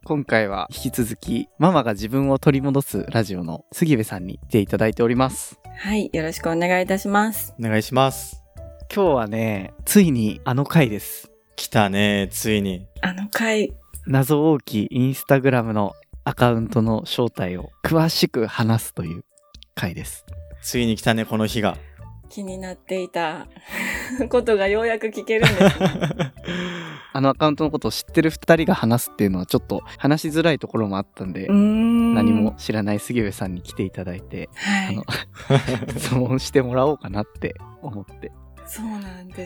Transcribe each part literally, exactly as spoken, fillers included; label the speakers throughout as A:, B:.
A: 今回は引き続きママが自分を取り戻すラジオの杉部さんに来ていただいております。
B: はい、よろしくお願いいたします。
C: お願いします。
A: 今日はね、ついにあの回です。
C: 来たね、ついに。
B: あの回。
A: 謎多きインスタグラムのアカウントの正体を詳しく話すという回です。
C: ついに来たね、この日が。
B: 気になっていたことがようやく聞けるんです、ね、
A: あのアカウントのことを知ってるふたりが話すっていうのはちょっと話しづらいところもあったんで、うーん何も知らない杉部さんに来ていただいて、はい、あの質問してもらおうかなって思って。
B: そうなんです。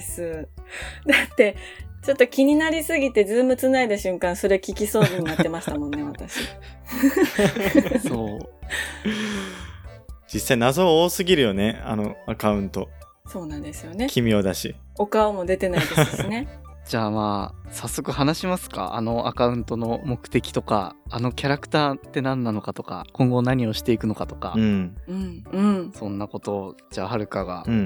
B: だってちょっと気になりすぎてズームつないだ瞬間それ聞きそうになってましたもんね私。
A: そう
C: 実際謎多すぎるよね、あのアカウント。
B: そうなんですよね。
C: 奇妙だし
B: お顔も出てないですしね。
A: じゃあまあ早速話しますか。あのアカウントの目的とか、あのキャラクターって何なのかとか、今後何をしていくのかとか、
C: うん
B: うんうん、
A: そんなことをじゃあはるかが、
C: うんうん、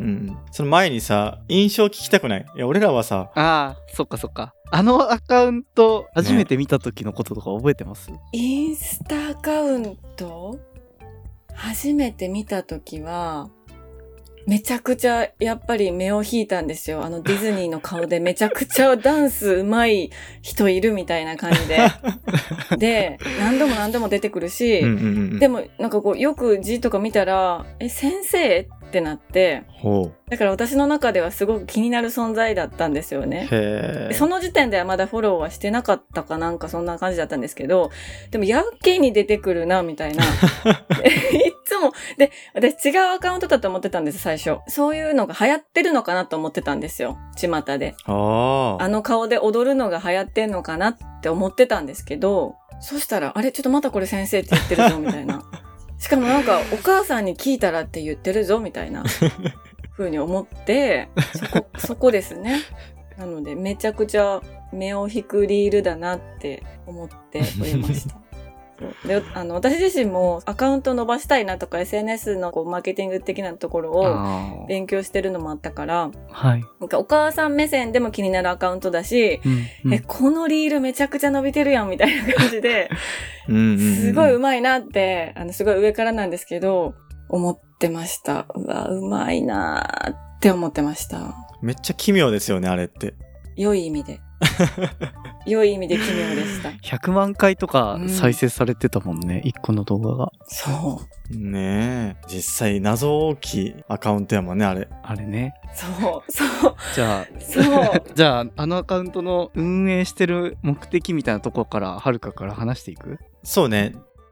C: その前にさ印象聞きたくない？いや俺らはさ、
A: ああそっかそっか、あのアカウント初めて見た時のこととか覚えてます？ね、
B: インスタアカウント初めて見た時はめちゃくちゃやっぱり目を引いたんですよ。あのディズニーの顔でめちゃくちゃダンス上手い人いるみたいな感じでで何度も何度も出てくるし、うんうんうん、でもなんかこうよく字とか見たらえ先生ってなって、ほうだから私の中ではすごく気になる存在だったんですよね。へー。その時点ではまだフォローはしてなかったかなんかそんな感じだったんですけど、でもやけに出てくるなみたいな。いつもで私違うアカウントだと思ってたんです最初。そういうのが流行ってるのかなと思ってたんですよ巷で。ああの顔で踊るのが流行ってんのかなって思ってたんですけど、そしたらあれちょっとまたこれ先生って言ってるぞみたいな。しかもなんかお母さんに聞いたらって言ってるぞみたいな風に思ってそこそこですね。なのでめちゃくちゃ目を引くリールだなって思っておりました。であの私自身もアカウント伸ばしたいなとか エスエヌエス のこうマーケティング的なところを勉強してるのもあったから、はい、なんかお母さん目線でも気になるアカウントだし、うんうん、えこのリールめちゃくちゃ伸びてるやんみたいな感じですごい上手いなってあのすごい上からなんですけど思ってました。うわ上手いなって思ってました。
C: めっちゃ奇妙ですよねあれって。
B: 良い意味で良い意味で奇妙でした。
A: ひゃくまんかいとか再生されてたもんね、うん、いっこの動画が。
B: そう
C: ねえ実際謎大きいアカウントやもんねあれ。
A: あれね。
B: そうそう
A: じゃあそうじゃああのアカウントの運営してる目的みたいなところからはるかから話していく？
C: そうね。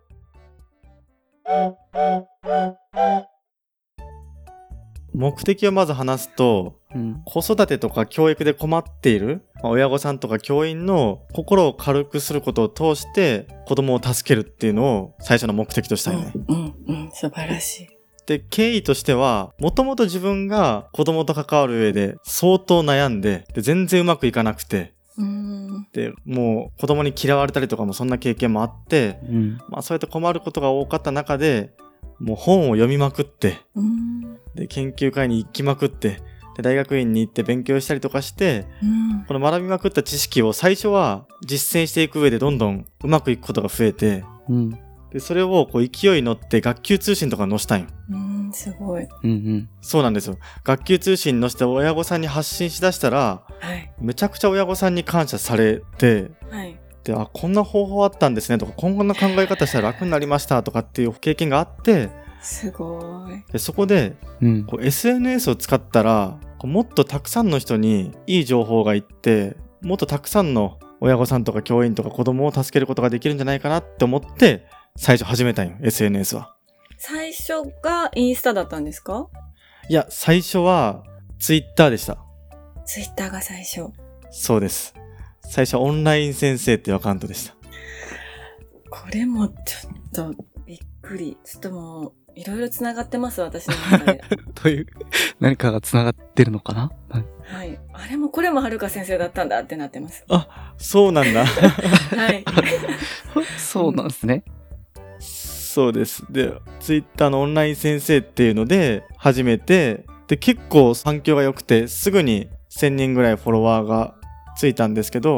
C: 目的をまず話すと、うん、子育てとか教育で困っている、まあ、親御さんとか教員の心を軽くすることを通して子供を助けるっていうのを最初の目的としたよね。
B: うんうんうん、素晴らしい。
C: で経緯としてはもともと自分が子供と関わる上で相当悩んで、で全然うまくいかなくて、うーんでもう子供に嫌われたりとかもそんな経験もあって、うんまあ、そうやって困ることが多かった中でもう本を読みまくって、うーんで研究会に行きまくって、で大学院に行って勉強したりとかして、うん、この学びまくった知識を最初は実践していく上でどんどんうまくいくことが増えて、うん、でそれをこう勢いに乗って学級通信とか載せたんよ。
B: うんすごい、うん
C: うん、そうなんですよ。学級通信に載せて親御さんに発信しだしたら、はい、めちゃくちゃ親御さんに感謝されて、はいであこんな方法あったんですねとか、こんな考え方したら楽になりましたとかっていう経験があって、
B: すごい。
C: でそこで、うん、こう エスエヌエス を使ったらこうもっとたくさんの人にいい情報がいって、もっとたくさんの親御さんとか教員とか子供を助けることができるんじゃないかなって思って最初始めたんよ エスエヌエス は。
B: 最初がインスタだったんですか？
C: いや最初はツイッターでした。
B: ツイッターが最初。
C: そうです。最初オンライン先生っていうアカウントでした。
B: これもちょっとびっくり。ちょっともういろいろつながってます私の中で。
A: という何かがつながってるのかな。
B: はい。あれもこれもはるか先生だったんだってなってます。
C: あ、そうなんだ。
B: はい。
A: そうなんですね。
C: そうです。で、ツイッターのオンライン先生っていうので始めて、で結構反響が良くてすぐにせんにんぐらいフォロワーがついたんですけど、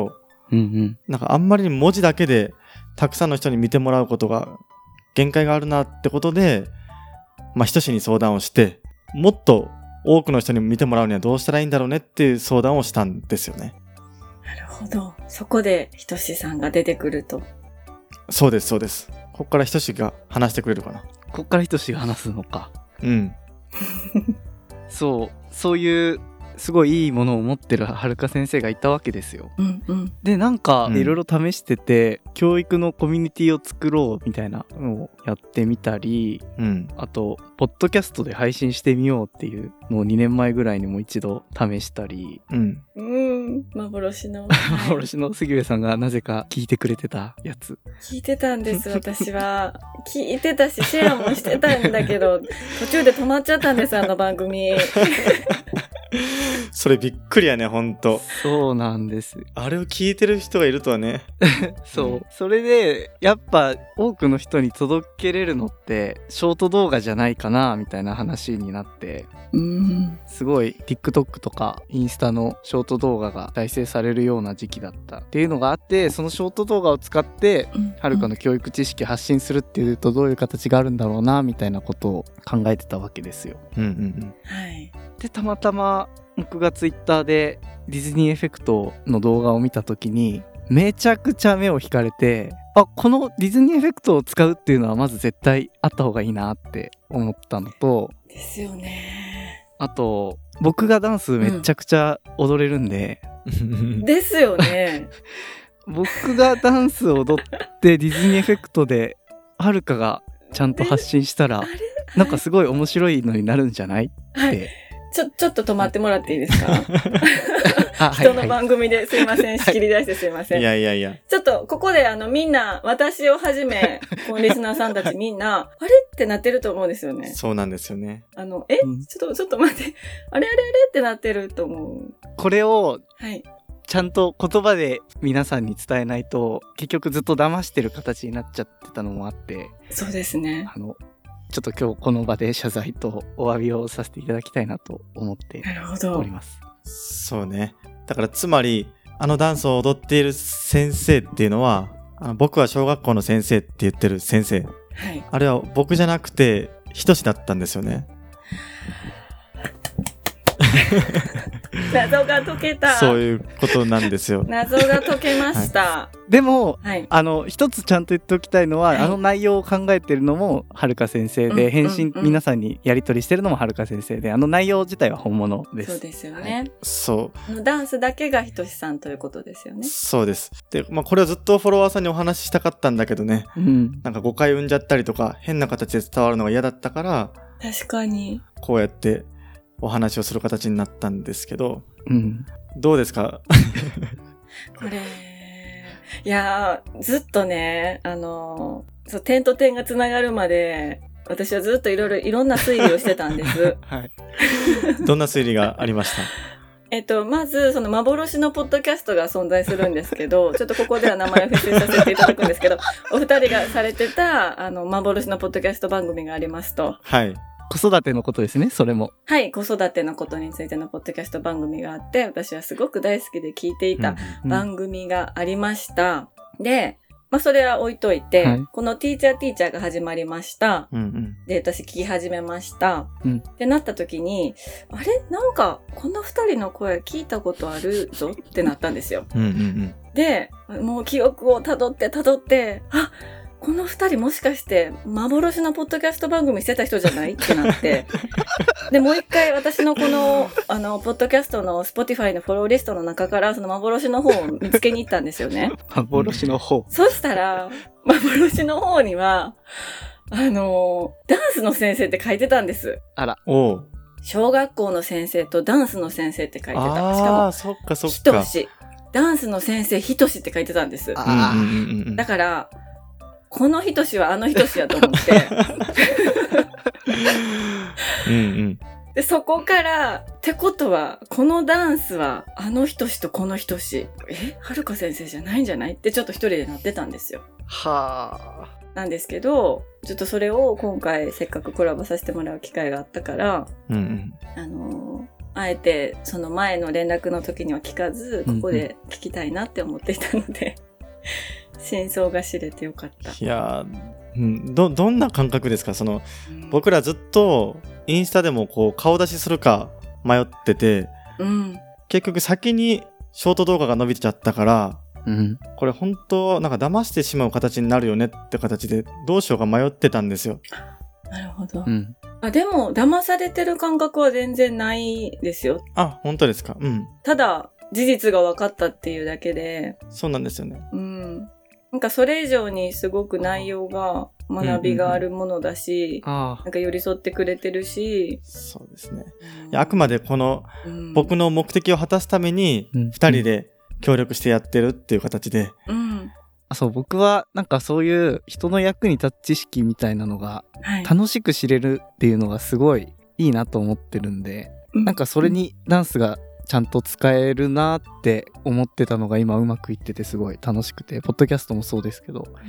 A: うんうん、
C: なんかあんまりに文字だけでたくさんの人に見てもらうことが限界があるなってことで、まあひとしに相談をして、もっと多くの人に見てもらうにはどうしたらいいんだろうねっていう相談をしたんですよね。
B: なるほど。そこでひとしさんが出てくると。
C: そうですそうです。ここからひとしが話してくれるかな。
A: ここからひとしが話すのか。
C: うん
A: そうそういうすごいいいものを持ってるはるか先生がいたわけですよ。
B: うんうん、
A: でなんか
C: うん
A: いろいろ試してて、教育のコミュニティを作ろうみたいなのをやってみたり、
C: うん、
A: あとポッドキャストで配信してみようっていうのをにねんまえぐらいにも一度試したり、
C: うん
B: うん幻の
A: 幻の杉上さんがなぜか聞いてくれてたやつ
B: 聞いてたんです私は聞いてたしシェアもしてたんだけど途中で止まっちゃったんですあの番組
C: それびっくりやねほんと。
A: そうなんです。
C: あれを聞いてる人がいるとはね
A: そう、それでやっぱ多くの人に届けれるのってショート動画じゃないかなみたいな話になって、
B: うん
A: すごい TikTok とかインスタのショート動画が再生されるような時期だったっていうのがあって、そのショート動画を使ってはるかの教育知識発信するっていうとどういう形があるんだろうなみたいなことを考えてたわけですよ。
C: うんうんうん
B: はい
A: でたまたま僕がツイッターでディズニーエフェクトの動画を見た時にめちゃくちゃ目を引かれて、あこのディズニーエフェクトを使うっていうのはまず絶対あった方がいいなって思ったのと、
B: ですよね。
A: あと僕がダンスめちゃくちゃ踊れるんで、
C: うん、
B: ですよね
A: 僕がダンスを踊ってディズニーエフェクトではるかがちゃんと発信したらなんかすごい面白いのになるんじゃないって、はい、
B: ちょ、ちょっと止まってもらっていいですか
A: あ
B: 人の番組ですいません、仕切り出してすいません。
C: いやいやいや。
B: ちょっと、ここであの、みんな、私をはじめ、このリスナーさんたちみんな、あれってなってると思うんですよね。
C: そうなんですよね。
B: あの、え、うん、ちょっと、ちょっと待って、あれあれあれってなってると思う。
A: これを、
B: はい。
A: ちゃんと言葉で皆さんに伝えないと、結局ずっと騙してる形になっちゃってたのもあって、
B: そうですね。
A: あの、ちょっと今日この場で謝罪とお詫びをさせていただきたいなと思っております。
C: そうね。だからつまりあのダンスを踊っている先生っていうのは、あの僕は小学校の先生って言ってる先生、
B: はい、
C: あれは僕じゃなくてひとしだったんですよね。
B: 謎が解けた。
C: そういうことなんですよ。
B: 謎が解けました。
A: はい、でも、
B: はい、
A: あの一つちゃんと言っておきたいのは、はい、あの内容を考えてるのもはるか先生で、うん、返信、うんうん、皆さんにやり取りしてるのもはるか先生で、あの内容自体は本物です。
B: そうですよね。
C: はい、そう。
B: ダンスだけがひとしさんということですよね。
C: そうです。で、まあこれをずっとフォロワーさんにお話ししたかったんだけどね、うん、なんか誤解生んじゃったりとか変な形で伝わるのが嫌だったから、
B: 確かに
C: こうやってお話をする形になったんですけど、
A: うん、
C: どうですか
B: これ、いやー、ずっとね、あのー、そう、点と点がつながるまで、私はずっといろいろ、いろんな推理をしてたんです。
C: はい。どんな推理がありました
B: えっと、まず、その幻のポッドキャストが存在するんですけど、ちょっとここでは名前を伏せさせていただくんですけど、お二人がされてた、あの、幻のポッドキャスト番組がありますと。
C: はい。
A: 子育てのことですね、それも。
B: はい、子育てのことについてのポッドキャスト番組があって、私はすごく大好きで聞いていた番組がありました。うんうん、で、まあ、それは置いといて、はい、このティーチャーティーチャーが始まりました。うんうん、で、私聞き始めました。うん、ってなった時に、あれなんか、この二人の声聞いたことあるぞってなったんですよ。
C: うんうんうん、
B: で、もう記憶をたどってたどって、あ、この二人もしかして幻のポッドキャスト番組してた人じゃないってなって。で、もう一回私のこの、あの、ポッドキャストの Spotify のフォローリストの中からその幻の方を見つけに行ったんですよね。
A: 幻の方。
B: そしたら、幻の方には、あの、ダンスの先生って書いてたんです。
A: あら。
C: おう。
B: 小学校の先生とダンスの先生って書いてた。
C: あ
B: しかも、
C: そっかそっか。
B: ひとし。ダンスの先生ひとしって書いてたんです。
A: あ
C: うんうんうんうん、
B: だから、このひとしはあのひとしやと思って。
C: うんうん、
B: で、そこから、ってことは、このダンスはあのひとしとこのひとし。え、はるか先生じゃないんじゃないってちょっと一人でなってたんですよ。
A: はあ。
B: なんですけど、ちょっとそれを今回せっかくコラボさせてもらう機会があったから、
C: うんうん、
B: あのー、 あえてその前の連絡の時には聞かず、ここで聞きたいなって思っていたので、うんうん、真相が知れてよかった。
C: いやー、うん、どどんな感覚ですか？その、うん、僕らずっとインスタでもこう顔出しするか迷ってて、うん、結局先にショート動画が伸びちゃったから、うん、これ本当なんか騙してしまう形になるよねって形でどうしようか迷ってたんですよ。
B: なるほど、うん、あでも騙されてる感覚は全然ないですよ。
C: あ、本当ですか？うん。
B: ただ事実が分かったっていうだけで。
C: そうなんですよね。
B: うん。なんかそれ以上にすごく内容が学びがあるものだし、うんうんうん、なんか寄り添ってくれてるし。
C: そうですね。いや、あくまでこの、うん、僕の目的を果たすためにふたりで協力してやってるっていう形で。
A: うん。そう、僕はなんかそういう人の役に立つ知識みたいなのが楽しく知れるっていうのがすごいいいなと思ってるんで、うん、なんかそれにダンスがちゃんと使えるなって思ってたのが今うまくいっててすごい楽しくて、ポッドキャストもそうですけど、うん、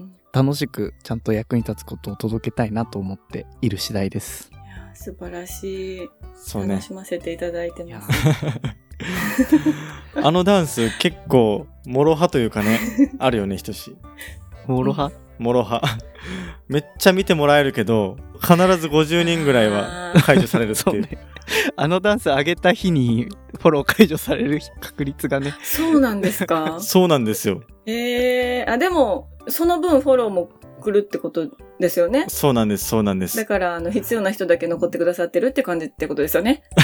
A: 楽しくちゃんと役に立つことを届けたいなと思っている次第です。
B: いや素晴らしい。
C: そうね、
B: 楽しませていただいてます。
C: あのダンス結構モロ派というかねあるよね、ひとし。
A: モロ派？
C: モロ派。めっちゃ見てもらえるけど必ずごじゅうにんぐらいは解除されるっていう。
A: ね、あのダンス上げた日にフォロー解除される確率がね。
B: そうなんですか？
C: そうなんですよ。
B: えー、あでもその分フォローも来るってことですよね。
C: そうなんです、そうなんです。
B: だからあの必要な人だけ残ってくださってるって感じってことですよね。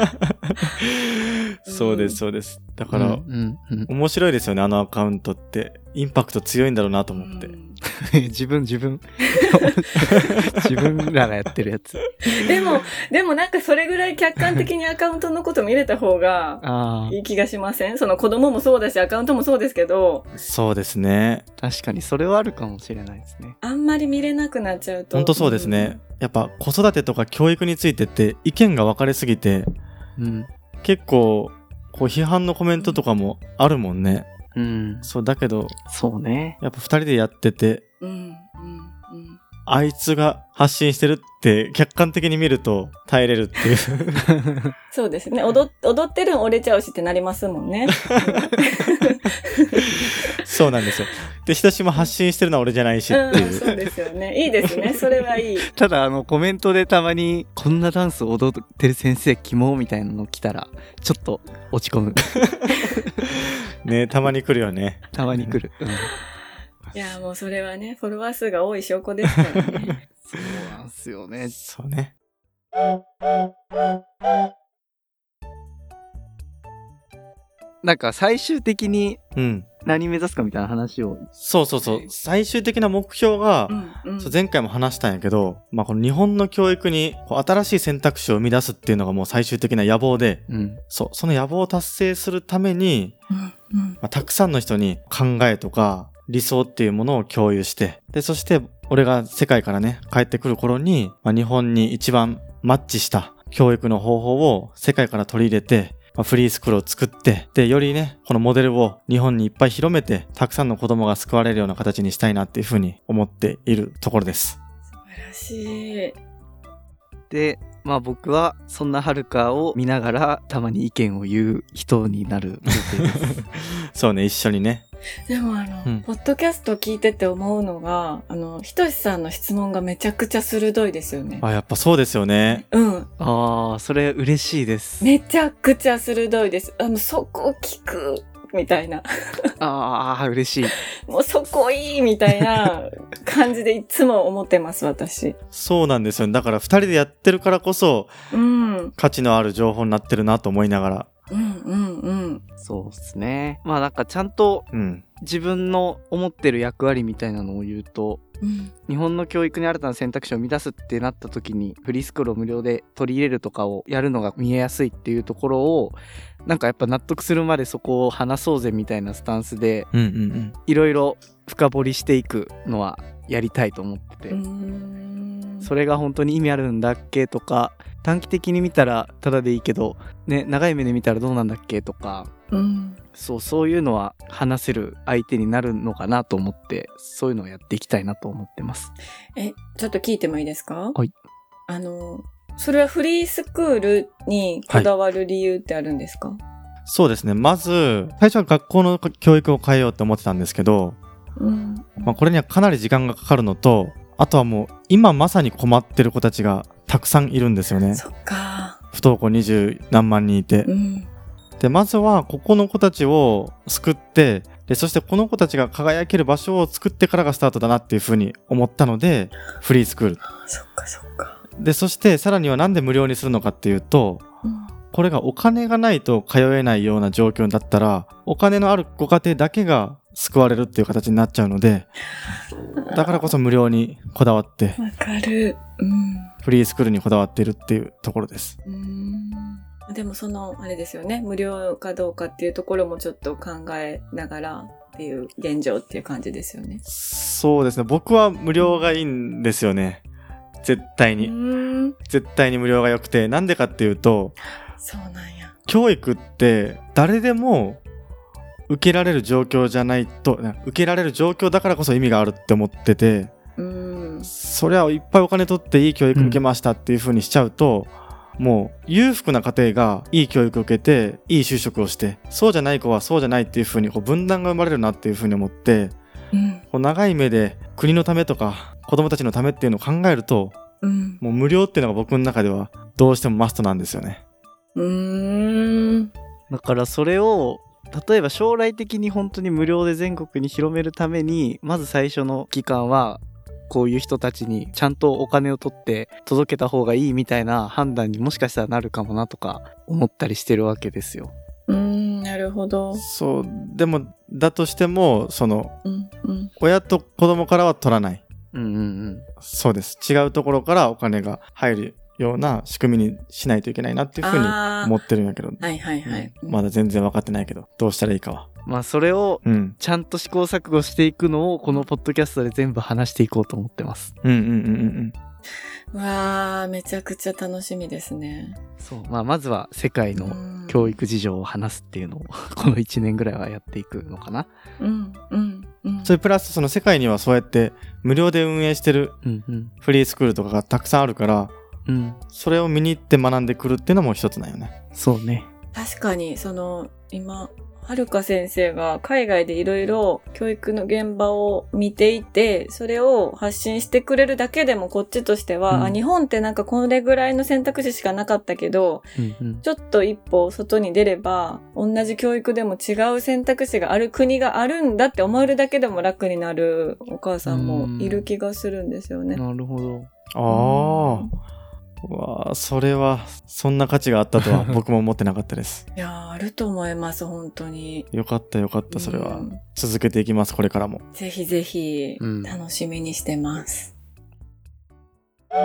C: そうです、そうです。だから、うんうんうん、面白いですよね、あのアカウントって。インパクト強いんだろうなと思って。
A: 自分自分自分らがやってるやつ。
B: でもでもなんかそれぐらい客観的にアカウントのこと見れた方がいい気がしません？その子供もそうだしアカウントもそうですけど。
C: そうですね。
A: 確かにそれはあるかもしれないですね。
B: あんまり見れなくなっちゃうと。
C: 本当そうですね。うん、やっぱ子育てとか教育についてって意見が分かれすぎて、うん、結構こう批判のコメントとかもあるもんね。うん、そうだけど
A: そうね、
C: やっぱふたりでやってて、うんうんうん、あいつが発信してるって客観的に見ると耐えれるっていう。
B: そうですね、踊, 踊ってるん折れちゃうしってなりますもんね。
C: そうなんですよ。で、ひとしも発信してるのは俺じゃないしっていう、うん、
B: そうですよね。いいですね、それはいい。
A: ただあのコメントでたまにこんなダンス踊ってる先生キモみたいなの来たらちょっと落ち込む。
C: ね、たまに来るよね。
A: たまに来る、うん、
B: いやもうそれはねフォロワー数が多い証拠ですからね。
A: そうなんすよね。
C: そうね。
A: なんか最終的に何目指すかみたいな話を、うん、
C: そうそうそう、最終的な目標が、うんうん、そう前回も話したんやけど、まあ、この日本の教育にこう新しい選択肢を生み出すっていうのがもう最終的な野望で、うん、そうその野望を達成するために、うんうんまあ、たくさんの人に考えとか理想っていうものを共有して、でそして俺が世界からね帰ってくる頃に、まあ、日本に一番マッチした教育の方法を世界から取り入れて、まあ、フリースクールを作って、でよりねこのモデルを日本にいっぱい広めて、たくさんの子供が救われるような形にしたいなっていうふうに思っているところです。
B: 素晴らしい。
A: でまあ僕はそんなはるかを見ながらたまに意見を言う人になる予定です。
C: そうね、一緒にね。
B: でもあの、うん、ポッドキャスト聞いてて思うのが、あのひとしさんの質問がめちゃくちゃ鋭いですよね。
C: あ、やっぱそうですよね。
B: うん。
A: ああ、それ嬉しいです。
B: めちゃくちゃ鋭いです。あのそこ聞くみたいな。
A: ああ、嬉しい。
B: もうそこいいみたいな感じでいつも思ってます私。
C: そうなんですよね。だからふたりでやってるからこそ、うん、価値のある情報になってるなと思いながら。
B: うんうんうん。
A: そうですね。まあなんかちゃんと自分の思ってる役割みたいなのを言うと、うん、日本の教育に新たな選択肢を生み出すってなった時にフリースクールを無料で取り入れるとかをやるのが見えやすいっていうところを、なんかやっぱ納得するまでそこを話そうぜみたいなスタンスでいろいろ深掘りしていくのはやりたいと思ってて、うーん、それが本当に意味あるんだっけとか、短期的に見たらただでいいけど、ね、長い目で見たらどうなんだっけとか、うん、そうそういうのは話せる相手になるのかなと思って、そういうのをやっていきたいなと思ってます。
B: え、ちょっと聞いてもいいですか？
A: はい。
B: あのそれはフリースクールにこだわる理由ってあるんですか？はい、
C: そうですね。まず、最初は学校の教育を変えようって思ってたんですけど、うんまあ、これにはかなり時間がかかるのと、あとはもう今まさに困ってる子たちがたくさんいるんですよね。
B: そっか。
C: 不登校二十何万人いて、うん、でまずはここの子たちを救って、でそしてこの子たちが輝ける場所を作ってからがスタートだなっていうふうに思ったので、フリースクール。
B: そっかそっか。
C: でそしてさらにはなんで無料にするのかっていうと、うん、これがお金がないと通えないような状況だったら、お金のあるご家庭だけが救われるっていう形になっちゃうので、だからこそ無料にこだわって、
B: わかる、うん、
C: フリースクールにこだわっているっていうところです。
B: うーん、でもそのあれですよね、無料かどうかっていうところもちょっと考えながらっていう現状っていう感じですよね。
C: そうですね、僕は無料がいいんですよね。絶対に絶対に無料が良くて、なんでかっていうと、
B: そうなんや、
C: 教育って誰でも受けられる状況じゃないと、受けられる状況だからこそ意味があるって思ってて、うん、そりゃいっぱいお金取っていい教育受けましたっていう風にしちゃうと、うん、もう裕福な家庭がいい教育を受けていい就職をして、そうじゃない子はそうじゃないっていう風にこう分断が生まれるなっていう風に思って、うん、こう長い目で国のためとか子供たちのためっていうのを考えると、うん、もう無料っていうのが僕の中ではどうしてもマストなんですよね。
A: うーん、だからそれを例えば将来的に本当に無料で全国に広めるために、まず最初の期間はこういう人たちにちゃんとお金を取って届けた方がいいみたいな判断にもしかしたらなるかもなとか思ったりしてるわけですよ。
B: うーん、なるほど。
C: そう、でもだとしてもその、うんうん、親と子供からは取らない、うんうんうん、そうです。違うところからお金が入るような仕組みにしないといけないなっていうふうに思ってるんやけど、
B: はいはいはい、
C: まだ全然分かってないけどどうしたらいいかは。
A: まあそれをちゃんと試行錯誤していくのをこのポッドキャストで全部話していこうと思ってます。
C: うんうんうん
B: うん。わー、めちゃくちゃ楽しみですね。
A: そう、まあまずは世界の教育事情を話すっていうのをこのいちねんぐらいはやっていくのかな。
B: うんうんうん。
C: それプラスその世界にはそうやって無料で運営してるフリースクールとかがたくさんあるから、うん、それを見に行って学んでくるっていうのも一つなんよね。
A: そうね。
B: 確かにその今はるか先生が海外でいろいろ教育の現場を見ていて、それを発信してくれるだけでもこっちとしては、うん、あ、日本ってなんかこれぐらいの選択肢しかなかったけど、うんうん、ちょっと一歩外に出れば同じ教育でも違う選択肢がある国があるんだって思えるだけでも楽になるお母さんもいる気がするんですよね。
A: なるほど。
C: ああ。うわー、それはそんな価値があったとは僕も思ってなかったです。
B: いや、あると思います。本当に
C: よかったよかった。それは、うん、続けていきます、これからも。
B: ぜひぜひ楽しみにしてます、
A: うん、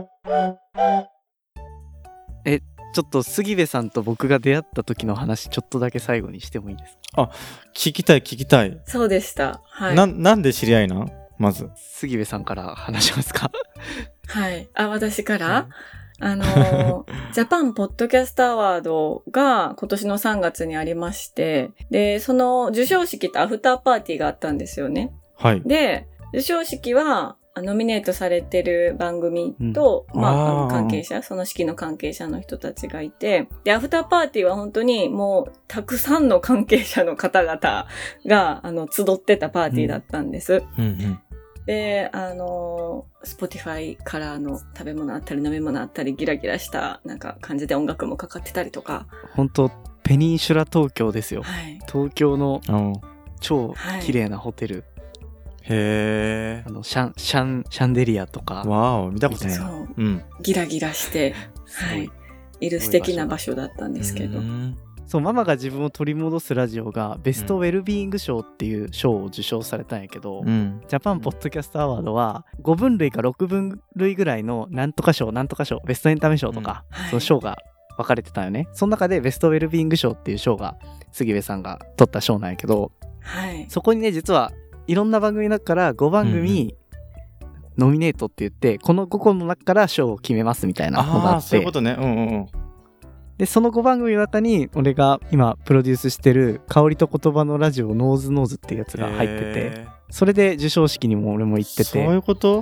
A: えちょっと杉部さんと僕が出会った時の話ちょっとだけ最後にしてもいいですか？
C: あ、聞きたい聞きたい。
B: そうでした。はい。
C: な、なんで知り合いなん？まず
A: 杉部さんから話しますか？
B: はい。あ、私から、うん、あの、ジャパンポッドキャストアワードが今年のさんがつにありまして、で、その授賞式とアフターパーティーがあったんですよね。
C: はい。
B: で、授賞式は、ノミネートされてる番組と、うん、まあ、あの関係者、その式の関係者の人たちがいて、で、アフターパーティーは本当にもう、たくさんの関係者の方々が、あの、集ってたパーティーだったんです。うんうんうんで、あの、Spotify からの食べ物あったり飲み物あったりギラギラしたなんか感じで音楽もかかってたりとか。
A: 本当ペニンシュラ東京ですよ。はい、東京の超綺麗なホテル。はい、
C: へー。
A: あのシャンシャンシャンデリアとか。
C: わー、見たことない。
B: そう、うん、ギラギラして、はい、いる素敵な場所だったんですけど。
A: そうママが自分を取り戻すラジオがベストウェルビーイング賞っていう賞を受賞されたんやけど、うん、ジャパンポッドキャストアワードはごぶん類かろくぶん類ぐらいのなんとか賞なんとか賞ベストエンタメ賞とか、うん、その賞が分かれてたよね。その中でベストウェルビーイング賞っていう賞が杉部さんが取った賞なんやけど、はい、そこにね実はいろんな番組の中からごばん組、うん、ノミネートって言ってこのごこの中から賞を決めますみたいなのがあって、あ
C: そういうことね。うんうんうん。
A: でそのごばん組の中に俺が今プロデュースしてる香りと言葉のラジオノーズノーズっていうやつが入ってて、それで授賞式にも俺も行ってて。
C: そういうこと？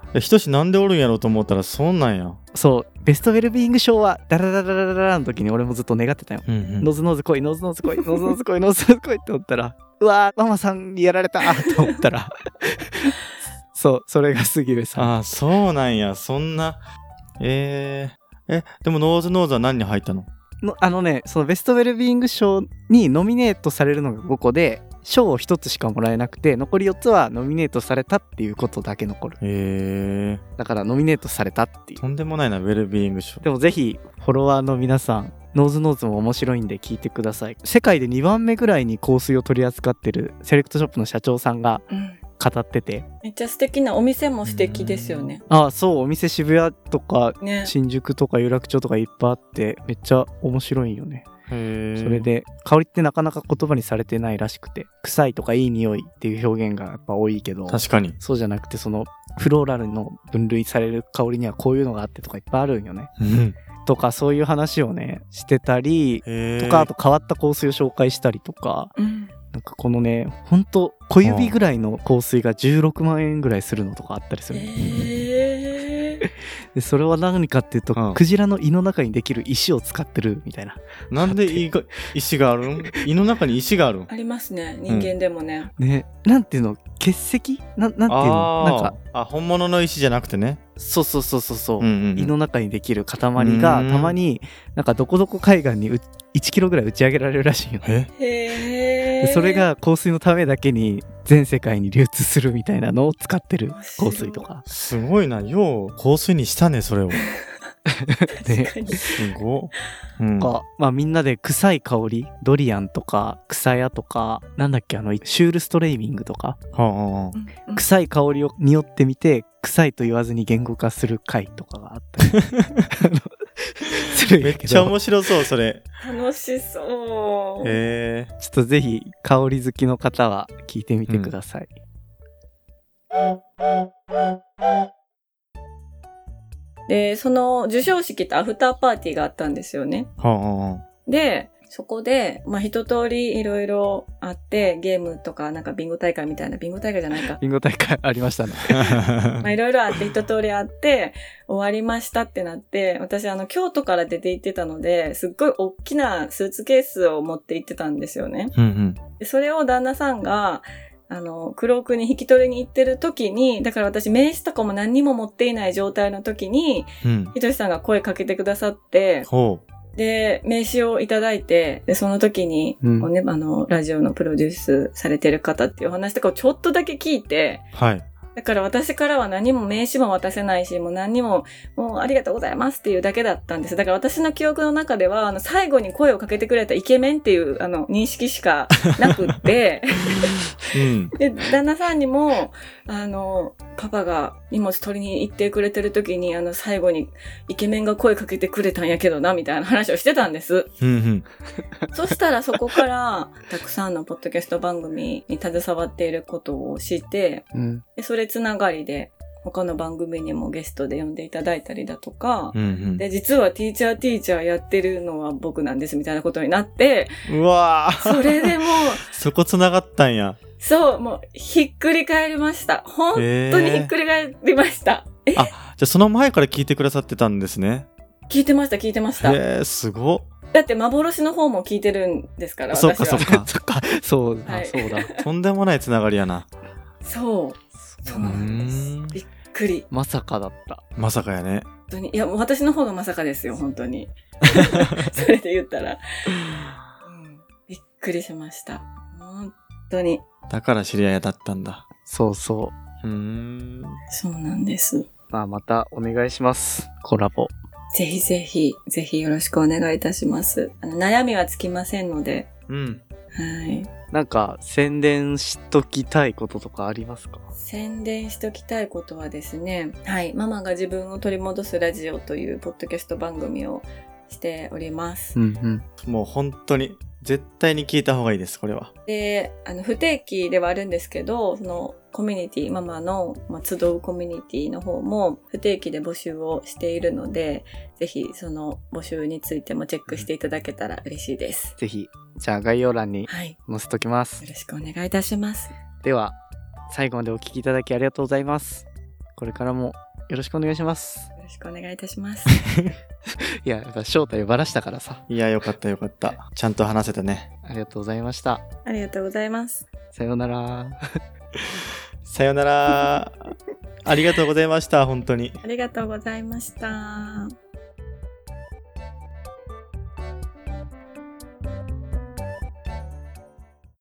C: え、ひとしなんでおるんやろうと思ったらそんなんや。
A: そうベストウェルビーイング賞はダラダラダラダラの時に俺もずっと願ってたよ、
C: うんうん、
A: ノズノズ来いノズノズ来いノズノズ来いノズノズ来いって思ったらうわーママさんにやられたと思ったらそうそれが杉上さん。
C: ああそうなんや。そんなえー、えでもノーズノーズは何に入ったの？
A: のあのねそのベストウェルビーイング賞にノミネートされるのがごこで賞をひとつしかもらえなくて残りよっつはノミネートされたっていうことだけ残る。
C: へえ。
A: だからノミネートされたっていう。
C: とんでもないなウェルビーイング賞。
A: でもぜひフォロワーの皆さんノーズノーズも面白いんで聞いてください。世界でにばんめぐらいに香水を取り扱ってるセレクトショップの社長さんが語ってて、
B: うん、めっちゃ素敵なお店も素敵ですよね。
A: ああそうお店渋谷とか、
B: ね、
A: 新宿とか有楽町とかいっぱいあってめっちゃ面白いよね。
C: へー。
A: それで香りってなかなか言葉にされてないらしくて臭いとかいい匂いっていう表現がやっぱ多いけど
C: 確かに
A: そうじゃなくてそのフローラルの分類される香りにはこういうのがあってとかいっぱいあるんよね、
C: うん、
A: とかそういう話をねしてたりとかあと変わった香水を紹介したりとか、うん、なんかこのねほんと小指ぐらいの香水がじゅうろくまんえんぐらいするのとかあったりする、
B: へー
A: でそれは何かっていうと、うん、クジラの胃の中にできる石を使ってるみたいな。
C: なんで胃が石があるん？胃の中に石があるん？
B: ありますね人間でもね、
A: うん、ねなんていうの結石 な, なんていうのなんか
C: あ本物の石じゃなくてね。
A: そうそうそうそうそう、
C: うんうんうん、
A: 胃の中にできる塊がたまになんかどこどこ海岸にいちキロぐらい打ち上げられるらしいよね。
B: へ
A: でそれが香水のためだけに全世界に流通するみたいなのを使ってる香水とか。
C: すごいなよう香水にしたねそれを。
A: ね、
C: すご、うん、
A: かまあみんなで臭い香りドリアンとか草屋とかなんだっけあのシュールストレイミングとか、
C: はあは
A: あ、臭い香りを匂ってみて臭いと言わずに言語化する回とかがあったりするんやけど
C: めっちゃ面白そうそれ。
B: 楽しそう。
C: へえ。
A: ちょっとぜひ香り好きの方は聞いてみてください、
B: うんで、その授賞式とアフターパーティーがあったんですよね。
C: はあはあ、
B: で、そこで、まあ一通りいろいろあって、ゲームとかなんかビンゴ大会みたいな、ビンゴ大会じゃないか。
A: ビンゴ大会ありましたね。
B: まあいろいろあって、一通りあって、終わりましたってなって、私あの京都から出て行ってたので、すっごい大きなスーツケースを持って行ってたんですよね。
C: うんうん、
B: でそれを旦那さんが、あの、黒くに引き取りに行ってる時に、だから私名刺とかも何にも持っていない状態の時に、うん、ひとしさんが声かけてくださって、
C: ほ
B: うで、名刺をいただいて、で、その時に、うん、ね、あの、ラジオのプロデュースされてる方っていうお話とかをちょっとだけ聞いて、
C: はい。
B: だから私からは何も名刺も渡せないし、もう何にも、もうありがとうございますっていうだけだったんです。だから私の記憶の中では、あの、最後に声をかけてくれたイケメンっていう、あの、認識しかなくって、うん、で、旦那さんにも、あの、パパが荷物取りに行ってくれてる時に、あの、最後にイケメンが声かけてくれたんやけどな、みたいな話をしてたんです。
C: うんうん、
B: そしたらそこから、たくさんのポッドキャスト番組に携わっていることを知って、うん、でそれつながりで、他の番組にもゲストで呼んでいただいたりだとか、うんうん、で、実はティーチャーティーチャーやってるのは僕なんですみたいなことになって、
C: うわー
B: それでもう、
C: そこつながったんや。
B: そう、もう、ひっくり返りました。本当にひっくり返りました。
C: えー、あ、じゃあその前から聞いてくださってたんですね。
B: 聞いてました、聞いてました。
C: へー、すごっ。
B: だって幻の方も聞いてるんですから、
C: そっかそっか。
A: そっか、そうだ、
B: はい、
A: そうだ。
C: とんでもないつながりやな。
B: そう。そうなんです。びっくり。
A: まさかだった。
C: まさかやね。
B: 本当に。いや、私の方がまさかですよ、本当に。それで言ったら、うん。びっくりしました。本当に。
C: だから知り合いだったんだ。
A: そうそ
C: う。うーん。
B: そうなんです。
A: まあ、またお願いします。コラボ。
B: ぜひぜひ、ぜひよろしくお願いいたします。あの悩みはつきませんので。
C: うん。
B: はい。
A: なんか宣伝しときたいこととかありますか？
B: 宣伝しときたいことはですね、はい、ママが自分を取り戻すラジオというポッドキャスト番組をしております。
A: うんうん、
C: もう本当に絶対に聞いた方がいいです、これは。
B: で、あの不定期ではあるんですけど、そのコミュニティ、ママの、まあ、集うコミュニティの方も不定期で募集をしているので、ぜひその募集についてもチェックしていただけたら嬉しいです。
A: ぜひ、じゃあ概要欄に載せときます。
B: はい、よろしくお願いいたします。
A: では、最後までお聞きいただきありがとうございます。 これからもよろしくお願いします。
B: よろしくお願いいたします。
A: いや、やっぱ正体をばらしたからさ。
C: いや、よかったよかった。ちゃんと話せたね。
A: ありがとうございました。
B: ありがとうございます。
A: さようなら。
C: さようなら。ありがとうございました。本当に。
B: ありがとうございました。